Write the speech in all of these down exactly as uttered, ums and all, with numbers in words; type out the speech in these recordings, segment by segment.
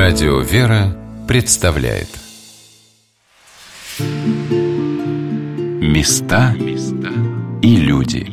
Радио «Вера» представляет Места и люди.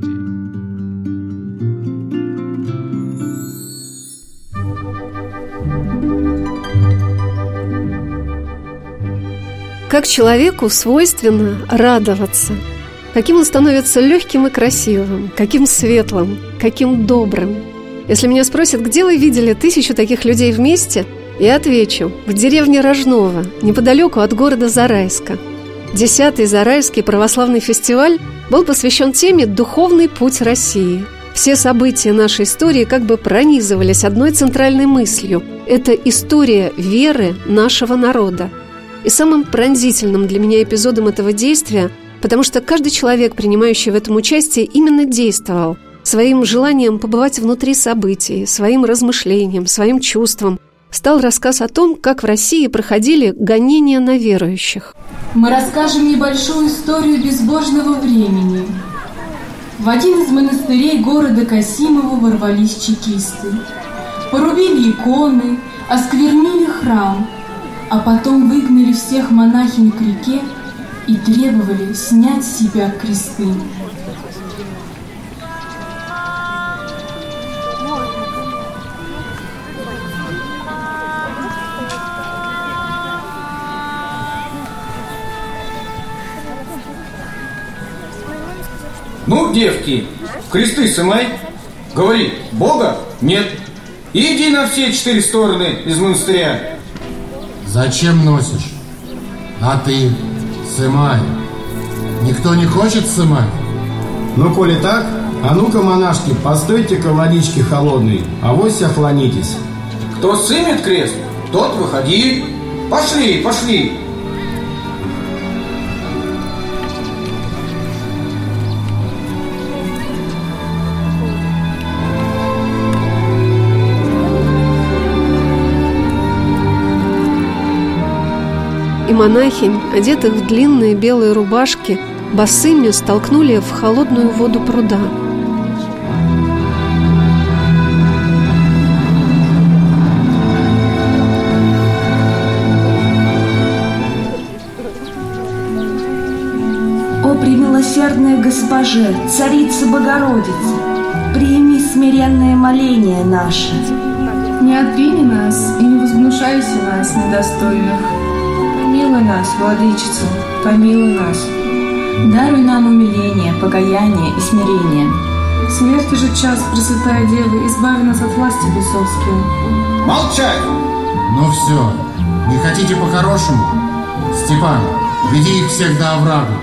Как человеку свойственно радоваться, каким он становится легким и красивым, каким светлым, каким добрым. Если меня спросят, где вы видели тысячу таких людей вместе, я отвечу: в деревне Рожново, неподалеку от города Зарайска. Десятый Зарайский православный фестиваль был посвящен теме «Духовный путь России». Все события нашей истории как бы пронизывались одной центральной мыслью – это история веры нашего народа. И самым пронзительным для меня эпизодом этого действия, потому что каждый человек, принимающий в этом участие, именно действовал своим желанием побывать внутри событий, своим размышлением, своим чувством, стал рассказ о том, как в России проходили гонения на верующих. Мы расскажем небольшую историю безбожного времени. В один из монастырей города Касимова ворвались чекисты. Порубили иконы, осквернили храм, а потом выгнали всех монахинь к реке и требовали снять с себя кресты. Ну, девки, кресты сымай. Говори, Бога? Нет. Иди на все четыре стороны из монастыря. Зачем носишь? А ты сымай. Никто не хочет сымать? Ну, коли так, а ну-ка, монашки, постойте-ка водички холодной, авось охлонитесь. Кто сымет крест, тот выходи. Пошли, пошли. И монахинь, одетых в длинные белые рубашки, босыми столкнули в холодную воду пруда. О, премилосердная Госпоже, Царица Богородица, прими смиренное моление наше. Не отвини нас и не возгнушайся нас, недостойных. Помилуй нас, Владычица, помилуй нас. Даруй нам умиление, покаяние и смирение. Смерти же час, Пресвятая Дева, избави нас от власти бесовской. Молчать! Ну все, не хотите по-хорошему? Степан, веди их всех до оврага.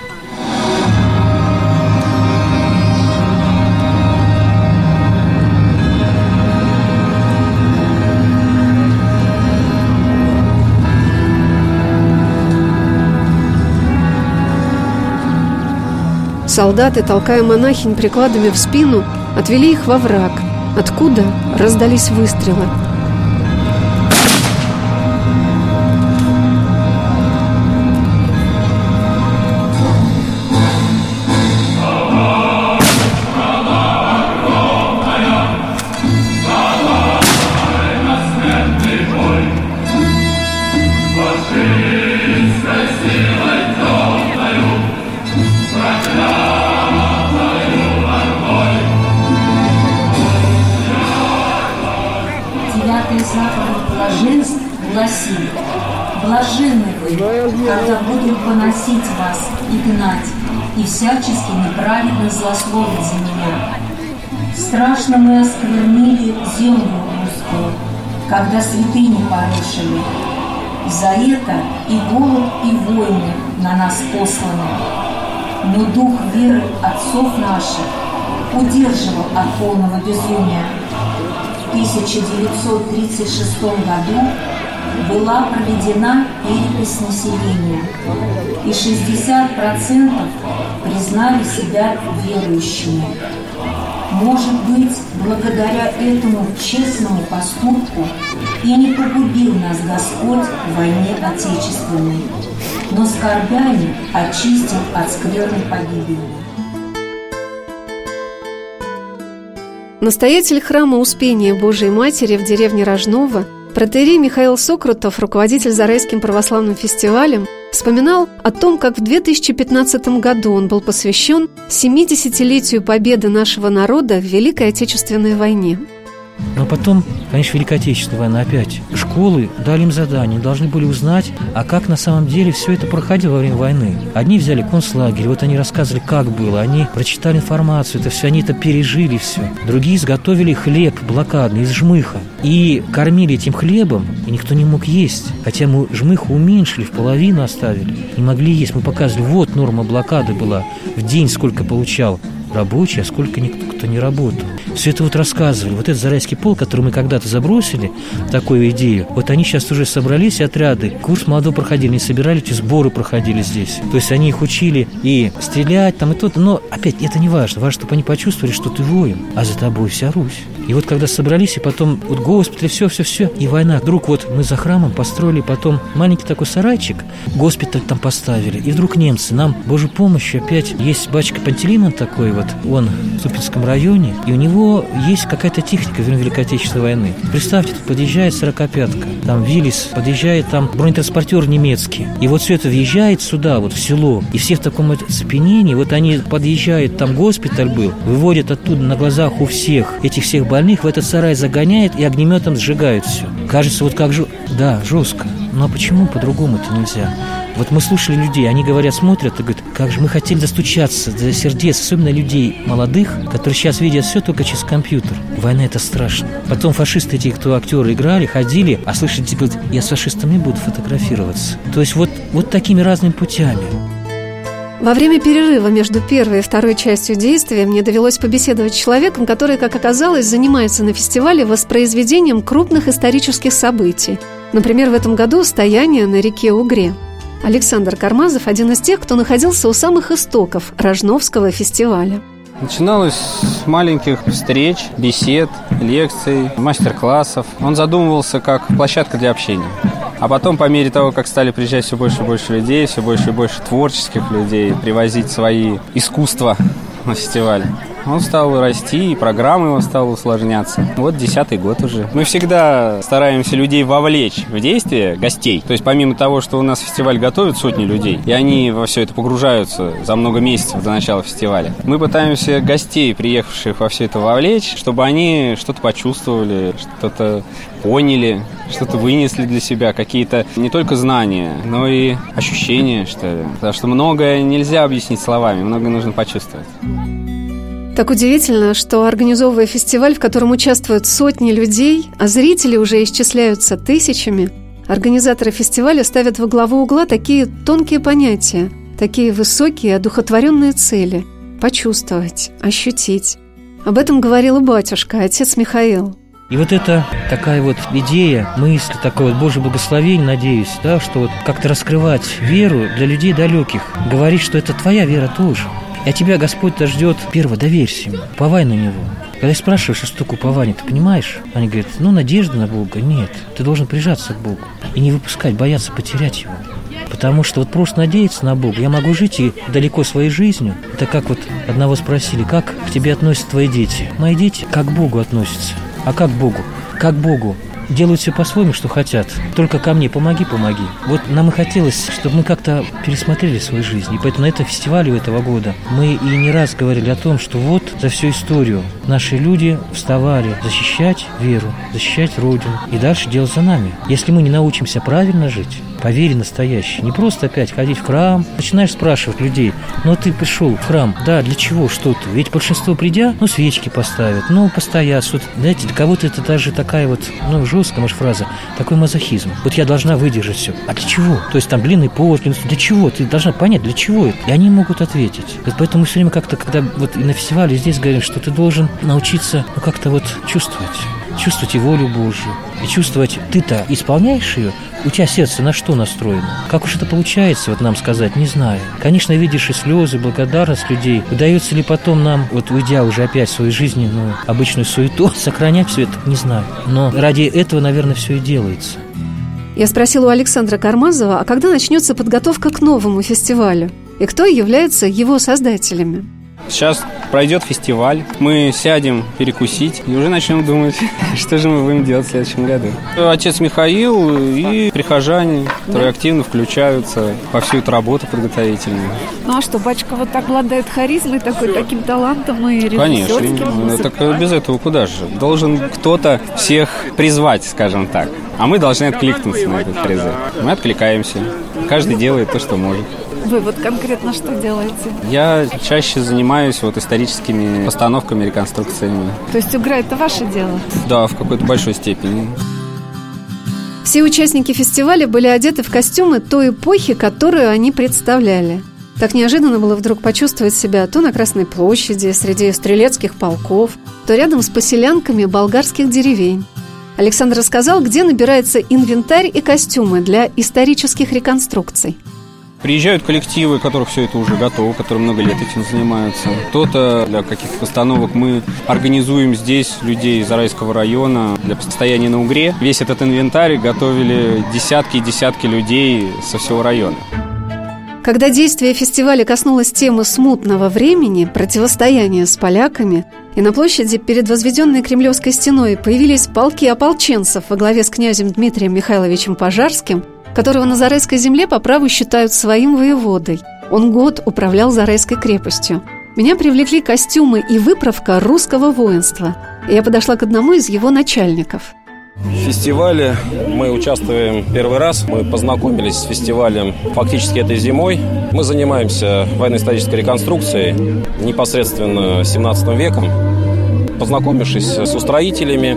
Солдаты, толкая монахинь прикладами в спину, отвели их во враг, откуда раздались выстрелы. Блаженств гласит: блаженны вы, когда будут поносить вас и гнать, и всячески неправедно злословить за меня. Страшно мы осквернили землю русскую, когда святыни порушили. За это и голод, и войны на нас посланы. Но дух веры отцов наших удерживал от полного безумия. В тысяча девятьсот тридцать шестом году была проведена перепись населения, и шестьдесят процентов признали себя верующими. Может быть, благодаря этому честному поступку и не погубил нас Господь в войне Отечественной, но скорбями очистил от скверной погибели. Настоятель храма Успения Божией Матери в деревне Рожново Протоиерей Михаил Сокрутов, руководитель Зарайским православным фестивалем, вспоминал о том, как в две тысячи пятнадцатом году он был посвящен семидесятилетию победы нашего народа в Великой Отечественной войне. Но потом, конечно, Великая Отечественная война опять. Школы дали им задание, должны были узнать, а как на самом деле все это проходило во время войны. Одни взяли концлагерь, вот они рассказывали, как было, они прочитали информацию, это все, они это пережили все. Другие изготовили хлеб блокадный из жмыха и кормили этим хлебом, и никто не мог есть. Хотя мы жмыху уменьшили, в половину оставили, не могли есть. Мы показывали, вот норма блокады была, в день сколько получал рабочий, а сколько никто кто не работал. Все это вот рассказывали. Вот этот Зарайский полк, который мы когда-то забросили, такую идею, вот они сейчас уже собрались, отряды, курс молодого проходили, не собирали, эти сборы проходили здесь. То есть они их учили и стрелять там, и то, но опять это не важно. Важно, чтобы они почувствовали, что ты воин, а за тобой вся Русь. И вот когда собрались, и потом вот госпиталь, все-все-все, и война. Вдруг вот мы за храмом построили потом маленький такой сарайчик, госпиталь там поставили, и вдруг немцы нам, Божьей помощью, опять есть батюшка Пантелеймон такой вот, он в Тупинском районе, и у него есть какая-то техника во время Великой Отечественной войны. Представьте, тут подъезжает сорокопятка, там Виллис, подъезжает там бронетранспортер немецкий, и вот все это въезжает сюда, вот в село, и все в таком вот цепенении, вот они подъезжают, там госпиталь был, выводят оттуда на глазах у всех, этих всех больных, в этот сарай загоняет и огнеметом сжигают все. Кажется, вот как же... Да, жестко. Но почему по-другому-то нельзя? Вот мы слушали людей, они говорят, смотрят и говорят, как же мы хотели достучаться до сердец, особенно людей молодых, которые сейчас видят все только через компьютер. Война – это страшно. Потом фашисты, эти, кто актеры играли, ходили, а слышите, говорят, я с фашистом не буду фотографироваться. То есть вот, вот такими разными путями. Во время перерыва между первой и второй частью действия мне довелось побеседовать с человеком, который, как оказалось, занимается на фестивале воспроизведением крупных исторических событий. Например, в этом году стояние на реке Угре. Александр Кармазов – один из тех, кто находился у самых истоков Рожновского фестиваля. Начиналось с маленьких встреч, бесед, лекций, мастер-классов. Он задумывался как площадка для общения. А потом, по мере того, как стали приезжать все больше и больше людей, все больше и больше творческих людей, привозить свои искусства на фестиваль, он стал расти, и программа его стала усложняться. Вот десятый год уже. Мы всегда стараемся людей вовлечь в действие, гостей. То есть помимо того, что у нас фестиваль готовит сотни людей, и они во все это погружаются за много месяцев до начала фестиваля, мы пытаемся гостей, приехавших во все это, вовлечь, чтобы они что-то почувствовали, что-то поняли, что-то вынесли для себя, какие-то не только знания, но и ощущения, что ли. Потому что многое нельзя объяснить словами, многое нужно почувствовать. Так удивительно, что, организовывая фестиваль, в котором участвуют сотни людей, а зрители уже исчисляются тысячами, организаторы фестиваля ставят во главу угла такие тонкие понятия, такие высокие, одухотворенные цели – почувствовать, ощутить. Об этом говорил и батюшка, отец Михаил. И вот это такая вот идея, мысль, такое вот Божье благословение, надеюсь, да, что вот как-то раскрывать веру для людей далеких, говорить, что это твоя вера тоже. И от тебя Господь-то ждет, первое, доверься ему, уповай на Него. Когда спрашиваешь, что такое упование, ты понимаешь? Они говорят, ну, надежда на Бога. Нет, ты должен прижаться к Богу и не выпускать, бояться потерять Его. Потому что вот просто надеяться на Бога, я могу жить и далеко своей жизнью. Это как вот одного спросили, как к тебе относятся твои дети? Мои дети как к Богу относятся. А как к Богу? Как к Богу. Делают все по-своему, что хотят. Только ко мне помоги, помоги. Вот нам и хотелось, чтобы мы как-то пересмотрели свою жизнь. И поэтому на этом фестивале этого года мы и не раз говорили о том, что вот за всю историю наши люди вставали защищать веру, защищать Родину и дальше делать за нами. Если мы не научимся правильно жить, по вере настоящей, не просто опять ходить в храм, начинаешь спрашивать людей, ну ты пришел в храм, да, для чего, что ты? Ведь большинство придя, ну свечки поставят, ну постоят, что-то, знаете, для кого-то это даже такая вот, ну жесткая, может, фраза, такой мазохизм. Вот я должна выдержать все. А для чего? То есть там длинный пост, для чего? Ты должна понять, для чего это? И они могут ответить. Вот поэтому мы все время как-то, когда вот и на фестивале здесь говорим, что ты должен научиться, ну как-то вот чувствовать. Чувствовать и волю Божью. И чувствовать, ты-то исполняешь ее, у тебя сердце на что настроено? Как уж это получается, вот нам сказать, не знаю. Конечно, видишь и слезы, благодарность людей. Удается ли потом нам, вот уйдя уже опять в свою жизненную обычную суету, сохранять все это, не знаю. Но ради этого, наверное, все и делается. Я спросила у Александра Кармазова, а когда начнется подготовка к новому фестивалю? И кто является его создателями? сейчас пройдет фестиваль, мы сядем перекусить и уже начнем думать, что же мы будем делать в следующем году. Отец Михаил и прихожане, которые активно включаются во всю эту работу подготовительную. Ну а что, батюшка вот так обладает харизмой, такой, таким талантом и режиссерским? Конечно, так без этого куда же? Должен кто-то всех призвать, скажем так. А мы должны откликнуться на этот призыв. Мы откликаемся. Каждый делает то, что может. Вы вот конкретно что делаете? Я чаще занимаюсь вот историческими постановками, реконструкциями. То есть угра – это ваше дело? Да, в какой-то большой степени. Все участники фестиваля были одеты в костюмы той эпохи, которую они представляли. Так неожиданно было вдруг почувствовать себя то на Красной площади, среди стрелецких полков, то рядом с поселянками болгарских деревень. Александр рассказал, где набирается инвентарь и костюмы для исторических реконструкций. Приезжают коллективы, у которых все это уже готово, которые много лет этим занимаются. Кто-то для каких-то постановок мы организуем здесь людей из Зарайского района для постояния на Угре. Весь этот инвентарь готовили десятки и десятки людей со всего района. Когда действие фестиваля коснулось темы смутного времени, противостояния с поляками, и на площади перед возведенной Кремлевской стеной появились полки ополченцев во главе с князем Дмитрием Михайловичем Пожарским, которого на Зарайской земле по праву считают своим воеводой. Он год управлял Зарайской крепостью. Меня привлекли костюмы и выправка русского воинства. И я подошла к одному из его начальников. В фестивале мы участвуем первый раз. Мы познакомились с фестивалем фактически этой зимой. Мы занимаемся военно-исторической реконструкцией непосредственно семнадцатым веком. Познакомившись с устроителями,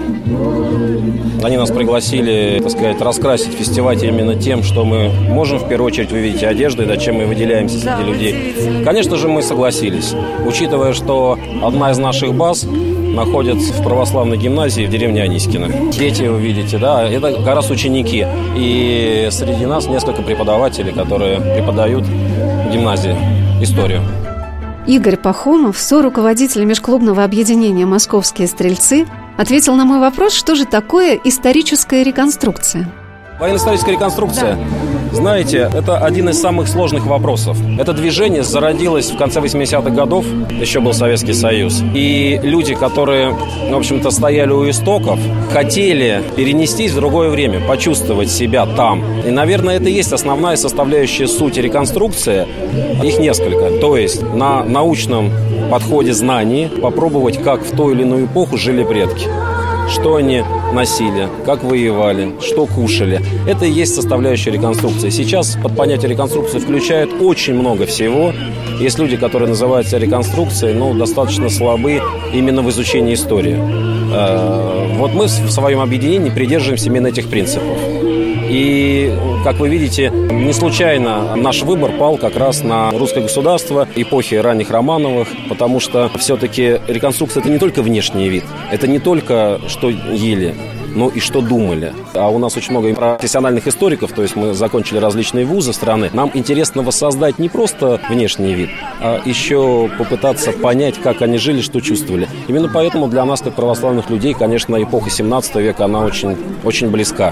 они нас пригласили, так сказать, раскрасить фестиваль именно тем, что мы можем. В первую очередь, вы видите одежду, и да, чем мы выделяемся среди людей. Конечно же, мы согласились, учитывая, что одна из наших баз находится в православной гимназии в деревне Анискино. Дети, вы видите, да, это как раз ученики. И среди нас несколько преподавателей, которые преподают в гимназии историю. Игорь Пахомов, соруководитель межклубного объединения «Московские стрельцы», ответил на мой вопрос, что же такое историческая реконструкция. Военно-историческая реконструкция, знаете, это один из самых сложных вопросов. Это движение зародилось в конце восьмидесятых годов, еще был Советский Союз. И люди, которые, в общем-то, стояли у истоков, хотели перенестись в другое время, почувствовать себя там. И, наверное, это и есть основная составляющая сути реконструкции. Их несколько. То есть на научном подходе знаний попробовать, как в ту или иную эпоху жили предки. Что они носили, как воевали, что кушали. Это и есть составляющая реконструкции. Сейчас под понятие реконструкции включают очень много всего. Есть люди, которые называют себя реконструкцией, но достаточно слабы именно в изучении истории. Вот мы в своем объединении придерживаемся именно этих принципов. И, как вы видите, не случайно наш выбор пал как раз на русское государство эпохи ранних Романовых, потому что все-таки реконструкция – это не только внешний вид, это не только что ели, но и что думали. А у нас очень много профессиональных историков, то есть мы закончили различные вузы страны. Нам интересно воссоздать не просто внешний вид, а еще попытаться понять, как они жили, что чувствовали. Именно поэтому для нас, как православных людей, конечно, эпоха семнадцатого века, она очень, очень близка.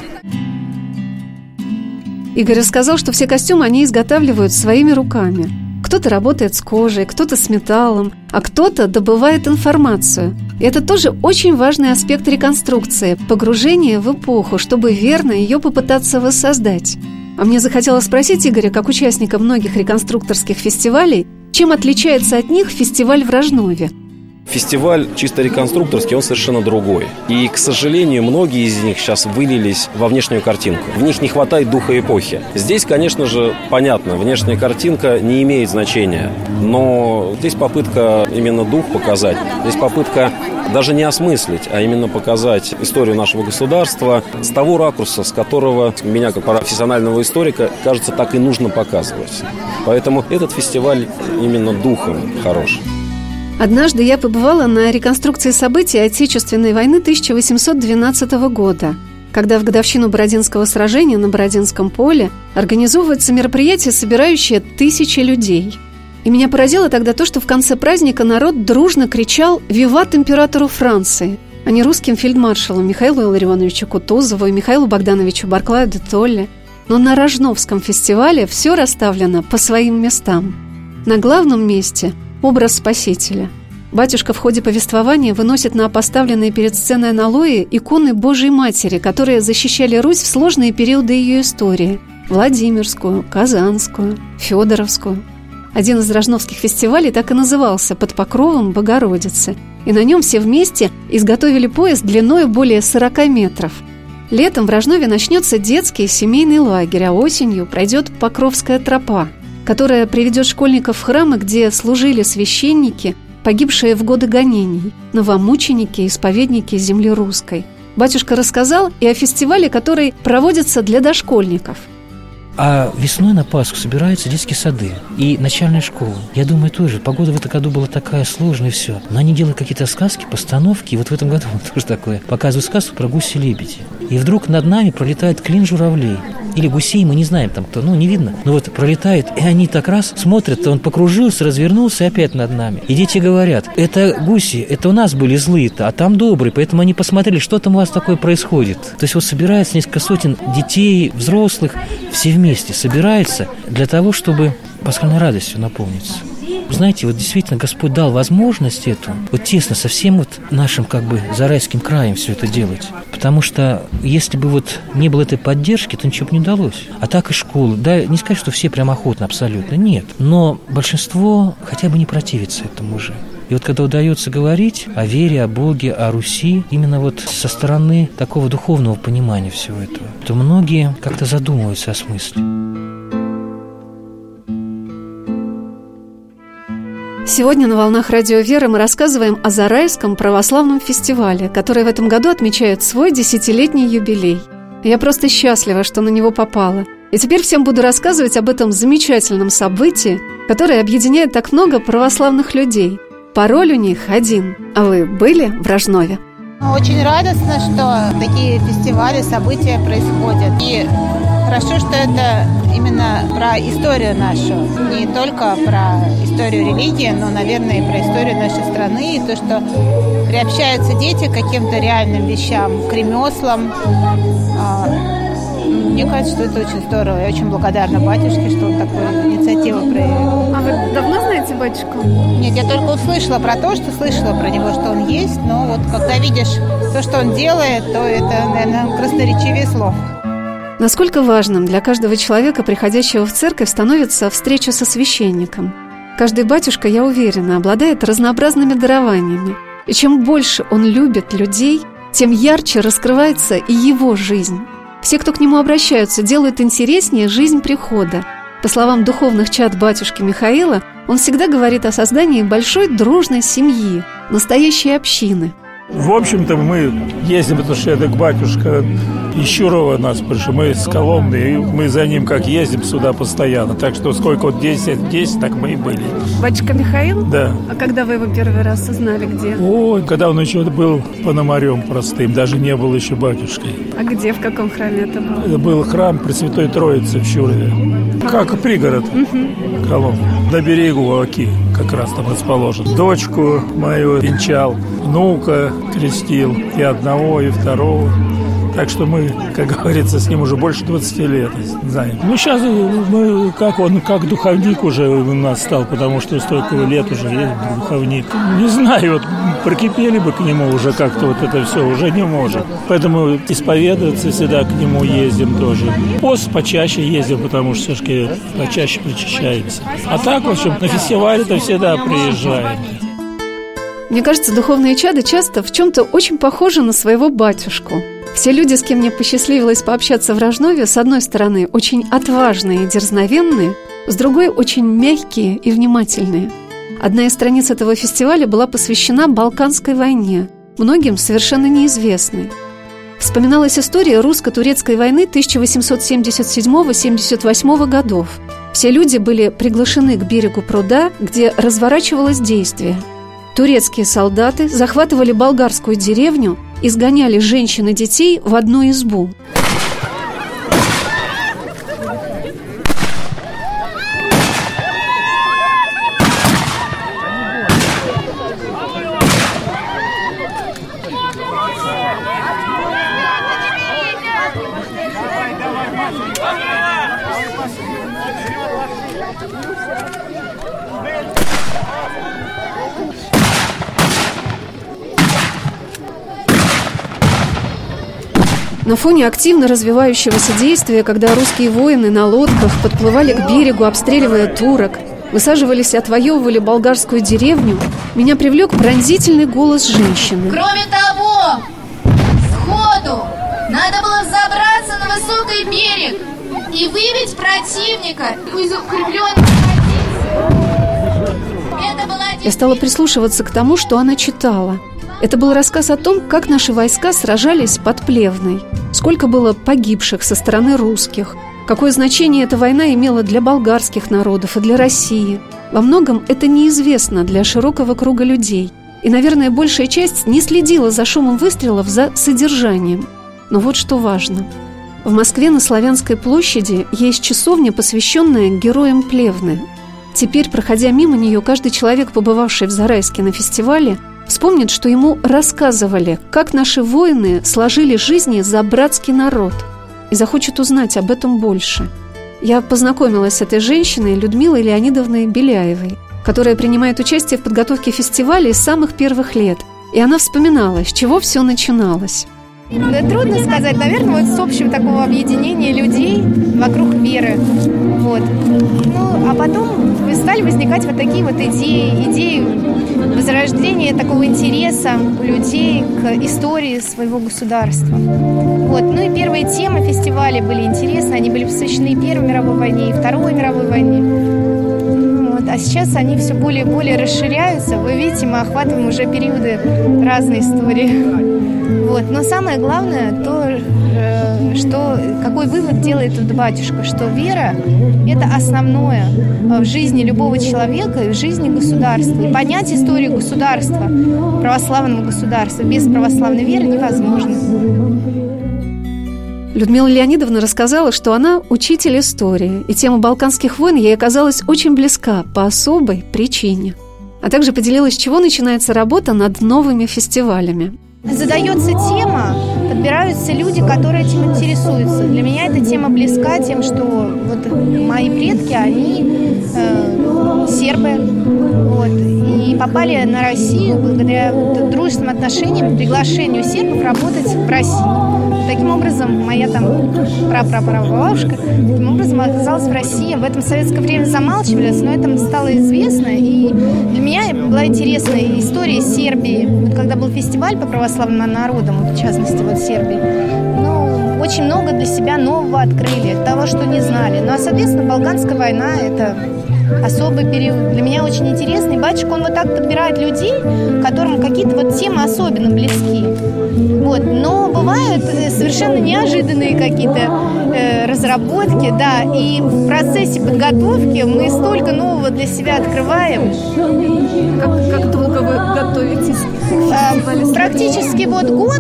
Игорь рассказал, что все костюмы они изготавливают своими руками. Кто-то работает с кожей, кто-то с металлом, а кто-то добывает информацию. И это тоже очень важный аспект реконструкции – погружение в эпоху, чтобы верно ее попытаться воссоздать. А мне захотелось спросить Игоря, как участника многих реконструкторских фестивалей, чем отличается от них фестиваль в Рожнове. Фестиваль чисто реконструкторский, он совершенно другой. И, к сожалению, многие из них сейчас вылились во внешнюю картинку. В них не хватает духа эпохи. Здесь, конечно же, понятно, внешняя картинка не имеет значения. Но здесь попытка именно дух показать. Здесь попытка даже не осмыслить, а именно показать историю нашего государства с того ракурса, с которого меня, как профессионального историка, кажется, так и нужно показывать. Поэтому этот фестиваль именно духом хорош. Однажды я побывала на реконструкции событий Отечественной войны тысяча восемьсот двенадцатого года, когда в годовщину Бородинского сражения на Бородинском поле организовывается мероприятие, собирающее тысячи людей. И меня поразило тогда то, что в конце праздника народ дружно кричал «Виват императору Франции», а не русским фельдмаршалам Михаилу Илларионовичу Кутузову и Михаилу Богдановичу Барклаю де Толле. Но на Рожновском фестивале все расставлено по своим местам. На главном месте – образ Спасителя. Батюшка в ходе повествования выносит на поставленные перед сценой аналои иконы Божией Матери, которые защищали Русь в сложные периоды ее истории – Владимирскую, Казанскую, Федоровскую. Один из рожновских фестивалей так и назывался «Под покровом Богородицы», и на нем все вместе изготовили пояс длиной более сорока метров. Летом в Рожнове начнется детский семейный лагерь, а осенью пройдет Покровская тропа, которая приведет школьников в храмы, где служили священники, погибшие в годы гонений, новомученики, исповедники земли русской. Батюшка рассказал и о фестивале, который проводится для дошкольников. А весной на Пасху собираются детские сады и начальная школа. Я думаю, тоже. Погода в этом году была такая сложная, и все. Но они делают какие-то сказки, постановки. И вот в этом году тоже такое. Показывают сказку про гуси лебеди. И вдруг над нами пролетает клин журавлей. Или гусей, мы не знаем там кто, ну, не видно. Но вот пролетает, и они так раз смотрят, он покружился, развернулся и опять над нами. И дети говорят, это гуси, это у нас были злые-то, а там добрые. Поэтому они посмотрели, что там у вас такое происходит. То есть вот собирается несколько сотен детей, взрослых, все вместе собираются для того, чтобы пасхальной радостью наполниться. Знаете, вот действительно Господь дал возможность эту, вот тесно со всем вот нашим как бы Зарайским краем все это делать. Потому что если бы вот не было этой поддержки, то ничего бы не удалось. А так и школы, да, не сказать, что все прям охотно, абсолютно, нет. Но большинство хотя бы не противится этому уже. И вот когда удается говорить о вере, о Боге, о Руси, именно вот со стороны такого духовного понимания всего этого, то многие как-то задумываются о смысле. Сегодня на «Волнах Радио Веры» мы рассказываем о Зарайском православном фестивале, который в этом году отмечает свой десятилетний юбилей. Я просто счастлива, что на него попала. И теперь всем буду рассказывать об этом замечательном событии, которое объединяет так много православных людей. Пароль у них один. А вы были в Рожнове? Очень радостно, что такие фестивали, события происходят. И хорошо, что это именно про историю нашу. Не только про историю религии, но, наверное, и про историю нашей страны. И то, что приобщаются дети к каким-то реальным вещам, к ремеслам. Мне кажется, что это очень здорово. Я очень благодарна батюшке, что он такую инициативу проявил. А вы давно знаете батюшку? Нет, я только услышала про то, что слышала про него, что он есть. Но вот когда видишь то, что он делает, то это, наверное, красноречивее слов. Насколько важным для каждого человека, приходящего в церковь, становится встреча со священником. Каждый батюшка, я уверена, обладает разнообразными дарованиями. И чем больше он любит людей, тем ярче раскрывается и его жизнь. Все, кто к нему обращаются, делают интереснее жизнь прихода. По словам духовных чад батюшки Михаила, он всегда говорит о создании большой дружной семьи, настоящей общины. В общем-то, мы ездим, потому что это батюшка из Щурова нас, потому что мы из Коломны, и мы за ним как ездим сюда постоянно. Так что сколько вот десять, десять, так мы и были. Батюшка Михаил? Да. А когда вы его первый раз узнали, где? Ой, когда он еще был пономарем простым, даже не был еще батюшкой. А где, в каком храме это было? Это был храм Пресвятой Троицы в Щурове. Как пригород угу. Коломны. На берегу Оки как раз там расположен. Дочку мою венчал, внука крестил, и одного, и второго. Так что мы, как говорится, с ним уже больше двадцати лет знаем. Ну, сейчас мы, как он, как духовник уже у нас стал, потому что столько лет уже есть духовник. Не знаю, вот прикипели бы к нему уже как-то вот это все, уже не может. Поэтому исповедоваться всегда к нему ездим тоже. Пост почаще ездим, потому что все-таки почаще причащаемся. А так, в общем, на фестивале-то всегда приезжаем. Мне кажется, духовные чады часто в чем-то очень похожи на своего батюшку. Все люди, с кем мне посчастливилось пообщаться в Рожнове, с одной стороны, очень отважные и дерзновенные, с другой – очень мягкие и внимательные. Одна из страниц этого фестиваля была посвящена Балканской войне, многим совершенно неизвестной. Вспоминалась история русско-турецкой войны тысяча восемьсот семьдесят седьмого — семьдесят восьмого годов. Все люди были приглашены к берегу пруда, где разворачивалось действие. Турецкие солдаты захватывали болгарскую деревню, изгоняли женщин и детей в одну избу. На фоне активно развивающегося действия, когда русские воины на лодках подплывали к берегу, обстреливая турок, высаживались и отвоевывали болгарскую деревню, меня привлек пронзительный голос женщины. Кроме того, сходу надо было взобраться на высокий берег и выбить противника из укрепленных позиций. Это была... Я стала прислушиваться к тому, что она читала. Это был рассказ о том, как наши войска сражались под Плевной, сколько было погибших со стороны русских, какое значение эта война имела для болгарских народов и для России. Во многом это неизвестно для широкого круга людей. И, наверное, большая часть не следила за шумом выстрелов, за содержанием. Но вот что важно. В Москве на Славянской площади есть часовня, посвященная героям Плевны. Теперь, проходя мимо нее, каждый человек, побывавший в Зарайске на фестивале, вспомнит, что ему рассказывали, как наши воины сложили жизни за братский народ, и захочет узнать об этом больше. Я познакомилась с этой женщиной, Людмилой Леонидовной Беляевой, которая принимает участие в подготовке фестиваля с самых первых лет. И она вспоминала, с чего все начиналось. Трудно сказать, наверное, вот с общего такого объединения людей вокруг веры. Вот. Ну, а потом стали возникать вот такие вот идеи, идеи возрождения такого интереса у людей к истории своего государства. Вот. Ну и первые темы фестиваля были интересны, они были посвящены и Первой мировой войне, и Второй мировой войне. Вот. А сейчас они все более и более расширяются. Вы видите, мы охватываем уже периоды разной истории. Вот. Но самое главное то, что, какой вывод делает тут батюшка, что вера – это основное в жизни любого человека и в жизни государства. И понять историю государства, православного государства, без православной веры невозможно. Людмила Леонидовна рассказала, что она учитель истории, и тема балканских войн ей оказалась очень близка по особой причине. А также поделилась, с чего начинается работа над новыми фестивалями. Задается тема, подбираются люди, которые этим интересуются. Для меня эта тема близка тем, что вот мои предки, они э, сербы, вот, и попали на Россию благодаря вот, дружественным отношениям, приглашению сербов работать в России. Таким образом, моя там прапрапрабабушка таким образом оказалась в России. В этом в советское время замалчивались, но это стало известно. И для меня была интересна история Сербии. Вот когда был фестиваль по православным народам, вот, в частности, вот Сербии, ну, очень много для себя нового открыли, того, что не знали. Ну, а, соответственно, Балканская война – это особый период. Для меня очень интересный. Батюшка, он вот так подбирает людей, которым какие-то вот темы особенно близки. Вот. Но бывают совершенно неожиданные какие-то э, разработки, да, и в процессе подготовки мы столько нового для себя открываем. Как, как долго вы готовитесь? Э, практически вот год,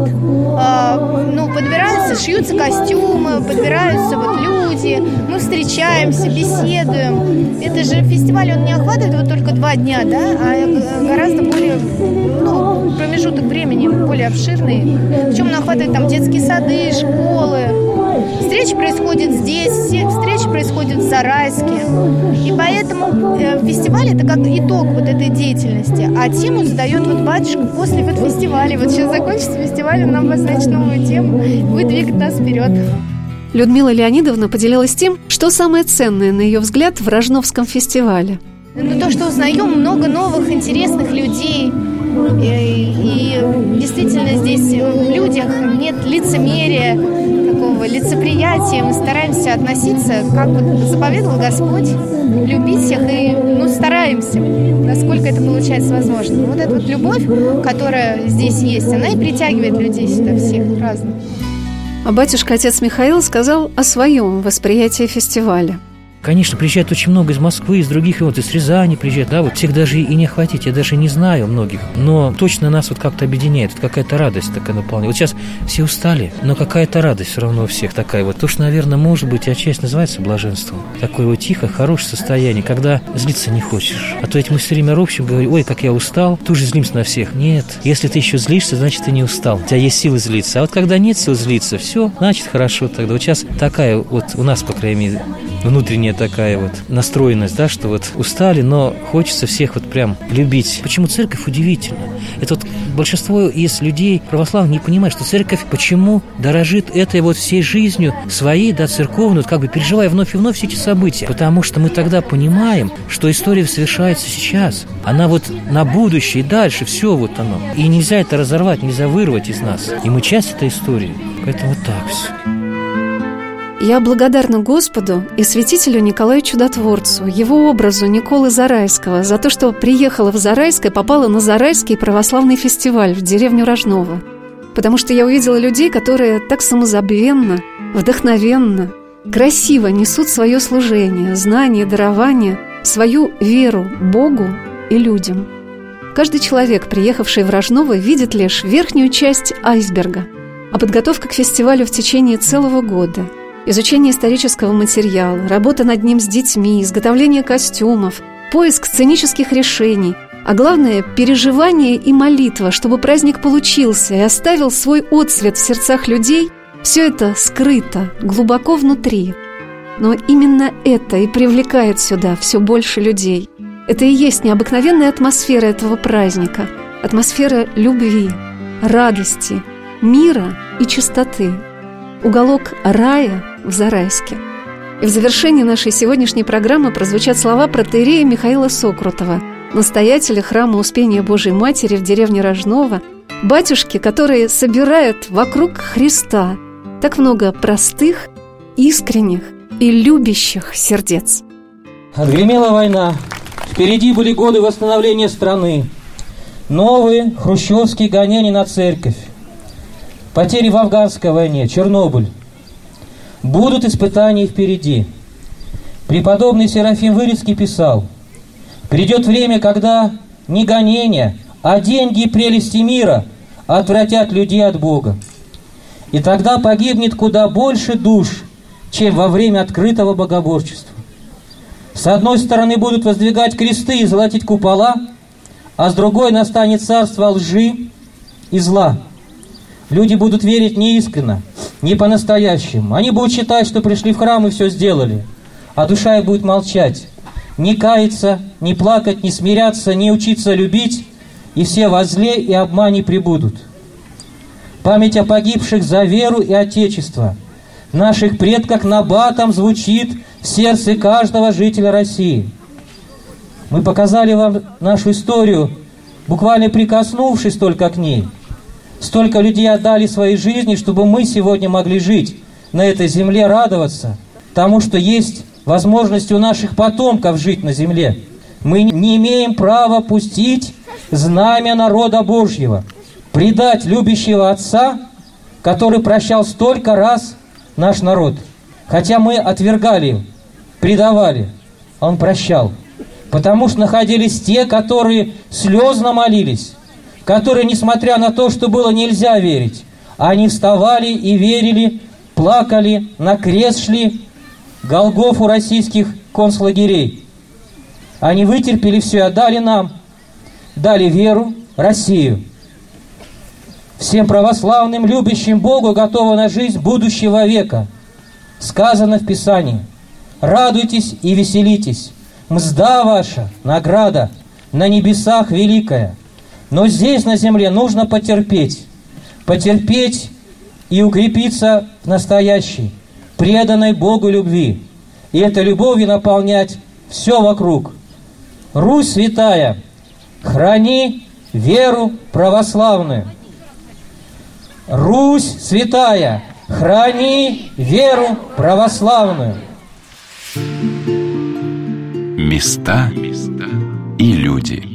э, ну, подбираются, шьются костюмы, подбираются вот люди, мы встречаемся, беседуем. Это же фестиваль, он не охватывает вот только два дня, да, а гораздо более, ну, промежуток времени более обширный. Причем он охватывает там детские сады, школы. Встречи происходят здесь, все встречи происходят в Зарайске. И поэтому э, фестиваль – это как итог вот этой деятельности. А тему задает вот батюшка после вот фестиваля. Вот сейчас закончится фестиваль, он нам обозначит новую тему, будет двигать нас вперед. Людмила Леонидовна поделилась тем, что самое ценное, на ее взгляд, в Рожновском фестивале. Ну, то, что узнаем много новых интересных людей. И, и действительно здесь в людях нет лицемерия, такого лицеприятия. Мы стараемся относиться, как вот заповедовал Господь, любить всех и, ну, стараемся, насколько это получается возможно. Вот эта вот любовь, которая здесь есть, она и притягивает людей сюда всех разных. А батюшка, отец Михаил, сказал о своем восприятии фестиваля. Конечно, приезжает очень много из Москвы, из других, вот из Рязани приезжает, да, вот всех даже и не охватить, я даже не знаю многих, но точно нас вот как-то объединяет, вот какая-то радость такая наполняет. Вот сейчас все устали, но какая-то радость все равно у всех такая вот. То, что, наверное, может быть, отчасти называется блаженством. Такое вот тихо, хорошее состояние, когда злиться не хочешь. А то ведь мы все время ропщим, говорим, ой, как я устал, тут же злимся на всех. Нет, если ты еще злишься, значит, ты не устал, у тебя есть силы злиться. А вот когда нет сил злиться, все, значит, хорошо тогда. Вот сейчас такая вот у нас, по крайней мере, внутренняя такая вот настроенность, да, что вот устали, но хочется всех вот прям любить. Почему церковь удивительна? Это вот большинство из людей православных не понимает, что церковь почему дорожит этой вот всей жизнью своей, да, церковной, вот как бы переживая вновь и вновь все эти события. Потому что мы тогда понимаем, что история совершается сейчас. Она вот на будущее и дальше, все вот оно. И нельзя это разорвать, нельзя вырвать из нас. И мы часть этой истории. Поэтому вот так все. Я благодарна Господу и святителю Николаю Чудотворцу, его образу Николы Зарайского, за то, что приехала в Зарайск и попала на Зарайский православный фестиваль в деревню Рожново. Потому что я увидела людей, которые так самозабвенно, вдохновенно, красиво несут свое служение, знание, дарование, свою веру Богу и людям. Каждый человек, приехавший в Рожново, видит лишь верхнюю часть айсберга, а подготовка к фестивалю в течение целого года – изучение исторического материала, работа над ним с детьми, изготовление костюмов, поиск сценических решений, а главное – переживание и молитва, чтобы праздник получился и оставил свой отсвет в сердцах людей. Все это скрыто, глубоко внутри. Но именно это и привлекает сюда все больше людей. Это и есть необыкновенная атмосфера этого праздника, атмосфера любви, радости, мира и чистоты. Уголок рая в Зарайске. И в завершении нашей сегодняшней программы прозвучат слова протоиерея Михаила Сокрутова, настоятеля храма Успения Божией Матери в деревне Рожново, батюшки, которые собирают вокруг Христа так много простых, искренних и любящих сердец. Отгремела война. Впереди были годы восстановления страны. Новые хрущевские гонения на церковь. Потери в афганской войне, Чернобыль. Будут испытания впереди. Преподобный Серафим Вырицкий писал: «Придет время, когда не гонения, а деньги и прелести мира отвратят людей от Бога. И тогда погибнет куда больше душ, чем во время открытого богоборчества. С одной стороны будут воздвигать кресты и золотить купола, а с другой настанет царство лжи и зла. Люди будут верить неискренно, не по-настоящему. Они будут считать, что пришли в храм и все сделали, а душа их будет молчать, не каяться, не плакать, не смиряться, не учиться любить, и все во зле и обмане пребудут. Память о погибших за веру и Отечество наших предков набатом звучит в сердце каждого жителя России. Мы показали вам нашу историю, буквально прикоснувшись только к ней. Столько людей отдали свои жизни, чтобы мы сегодня могли жить на этой земле, радоваться тому, что есть возможность у наших потомков жить на земле. Мы не имеем права пустить знамя народа Божьего, предать любящего Отца, который прощал столько раз наш народ. Хотя мы отвергали, предавали, Он прощал. Потому что находились те, которые слезно молились, которые, несмотря на то, что было нельзя верить, они вставали и верили, плакали, на крест шли, Голгофу российских концлагерей. Они вытерпели все и отдали нам, дали веру, Россию. Всем православным, любящим Богу, готовы на жизнь будущего века. Сказано в Писании: «Радуйтесь и веселитесь, мзда ваша, награда, на небесах великая». Но здесь, на земле, нужно потерпеть. Потерпеть и укрепиться в настоящей, преданной Богу любви. И этой любовью наполнять все вокруг. Русь святая, храни веру православную. Русь святая, храни веру православную. Места и люди.